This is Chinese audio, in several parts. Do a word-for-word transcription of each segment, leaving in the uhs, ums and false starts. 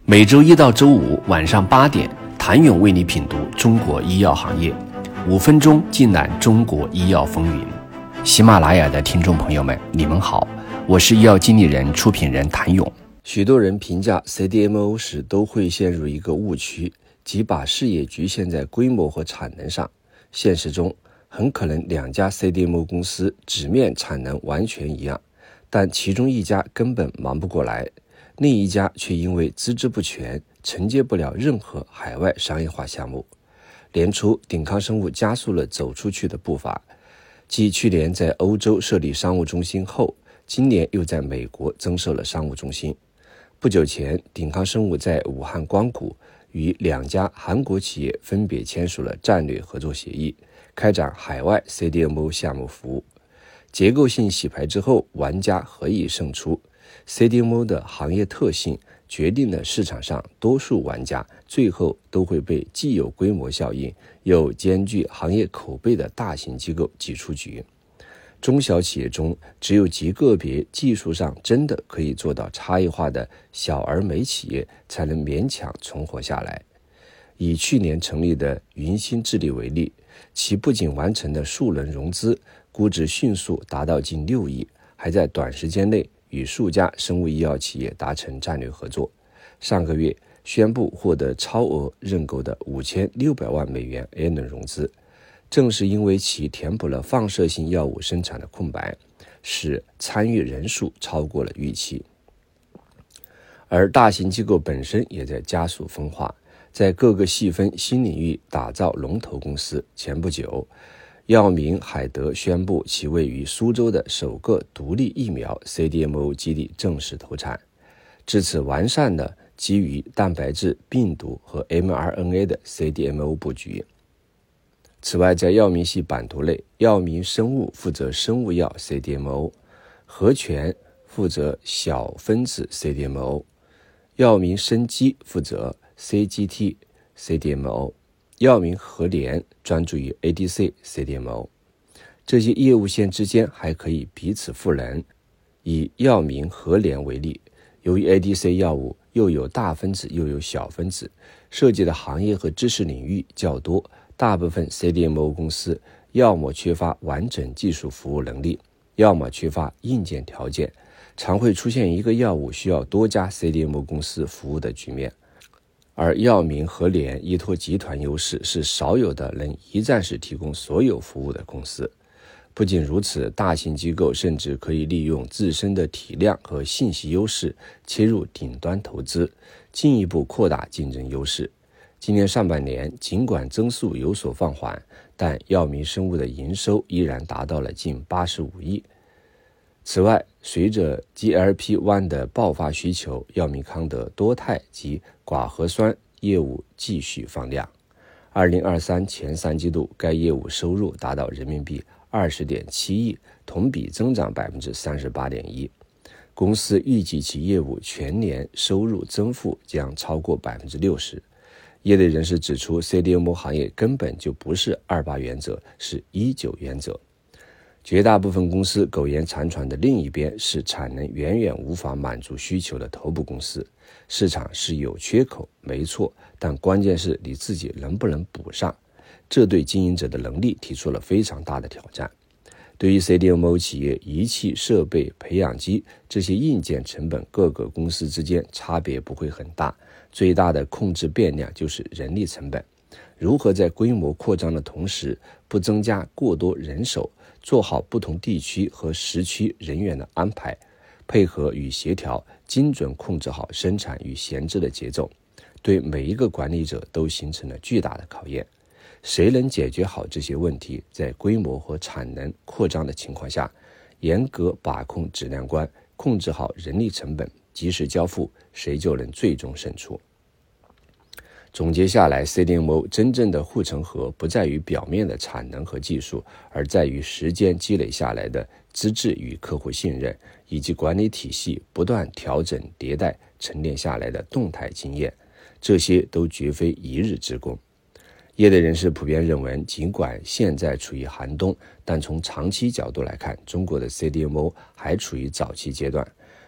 每周一到周五晚上八点，谭勇为你品读中国医药行业，五分钟尽览中国医药风云。喜马拉雅的听众朋友们，你们好，我是医药经理人、出品人谭勇。 许多人评价 C D M O 时都会陷入一个误区，即把视野局限在规模和产能上。现实中，很可能两家 C D M O 公司纸面产能完全一样，但其中一家根本忙不过来，另一家却因为资质不全，承接不了任何海外商业化项目。年初，鼎康生物加速了走出去的步伐，继去年在欧洲设立商务中心后，今年又在美国增设了商务中心。不久前，鼎康生物在武汉光谷与两家韩国企业分别签署了战略合作协议，开展海外 C D M O 项目服务。结构性洗牌之后，玩家何以胜出？ C D M O 的行业特性决定了市场上多数玩家最后都会被既有规模效应又兼具行业口碑的大型机构挤出局。中小企业中，只有极个别技术上真的可以做到差异化的小而美企业才能勉强存活下来。以去年成立的云芯智力为例，其不仅完成了数轮融资，估值迅速达到近六亿，还在短时间内与数家生物医药企业达成战略合作。上个月宣布获得超额认购的五千六百万美元 A 轮融资，正是因为其填补了放射性药物生产的空白，使参与人数超过了预期。而大型机构本身也在加速分化，在各个细分新领域打造龙头公司。前不久，药明海德宣布其位于苏州的首个独立疫苗 C D M O 基地正式投产，至此完善了基于蛋白质、病毒和 mRNA 的 C D M O 布局。此外，在药明系版图内，药明生物负责生物药 C D M O， 和泉负责小分子 C D M O， 药明生机负责 C G T C D M O， 药明和联专注于 A D C C D M O。 这些业务线之间还可以彼此赋能。以药明和联为例，由于 A D C 药物又有大分子又有小分子，涉及的行业和知识领域较多，大部分 C D M O 公司要么缺乏完整技术服务能力，要么缺乏硬件条件，常会出现一个药物需要多家 C D M O 公司服务的局面。而药明和联依托集团优势，是少有的能一站式提供所有服务的公司。不仅如此，大型机构甚至可以利用自身的体量和信息优势切入顶端投资，进一步扩大竞争优势。今年上半年，尽管增速有所放缓，但药明生物的营收依然达到了近八十五亿。此外，随着 G L P 一 的爆发需求，药明康德多肽及寡核酸业务继续放量。二零二三前三季度，该业务收入达到人民币 二十点七亿，同比增长 百分之三十八点一。公司预计其业务全年收入增幅将超过 百分之六十。业内人士指出， C D M O 行业根本就不是二八原则，是一九原则。绝大部分公司苟延残喘的另一边是产能远远无法满足需求的头部公司。市场是有缺口，没错，但关键是你自己能不能补上，这对经营者的能力提出了非常大的挑战。对于 C D M O 企业，仪器、设备、培养基这些硬件成本各个公司之间差别不会很大，最大的控制变量就是人力成本。如何在规模扩张的同时，不增加过多人手，做好不同地区和时区人员的安排，配合与协调，精准控制好生产与闲置的节奏，对每一个管理者都形成了巨大的考验。谁能解决好这些问题，在规模和产能扩张的情况下，严格把控质量关，控制好人力成本，及时交付，谁就能最终胜出。总结下来， C D M O 真正的护城河不在于表面的产能和技术，而在于时间积累下来的资质与客户信任，以及管理体系不断调整迭代沉淀下来的动态经验，这些都绝非一日之功。业内人士普遍认为，尽管现在处于寒冬，但从长期角度来看，中国的 C D M O 还处于早期阶段。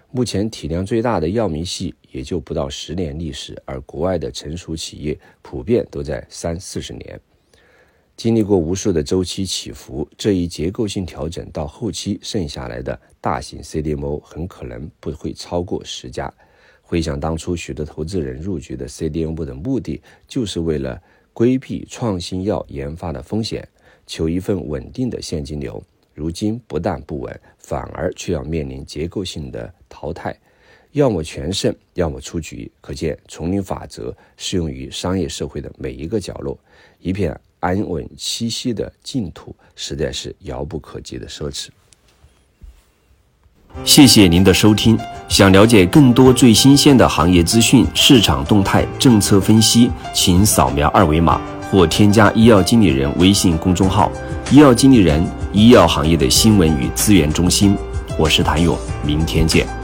目前体量最大的药明系也就不到十年历史，而国外的成熟企业普遍都在三四十年。经历过无数的周期起伏，这一结构性调整到后期剩下来的大型 C D M O 很可能不会超过十家。回想当初许多投资人入局的 C D M O 的目的，就是为了规避创新药研发的风险，求一份稳定的现金流。如今不但不稳，反而却要面临结构性的淘汰，要么全胜，要么出局。可见丛林法则适用于商业社会的每一个角落，一片安稳栖息的净土实在是遥不可及的奢侈。 谢谢您的收听。想了解更多最新鲜的行业资讯、市场动态、政策分析，请扫描二维码或添加医药经理人微信公众号“医药经理人”，医药行业的新闻与资源中心。我是谭勇，明天见。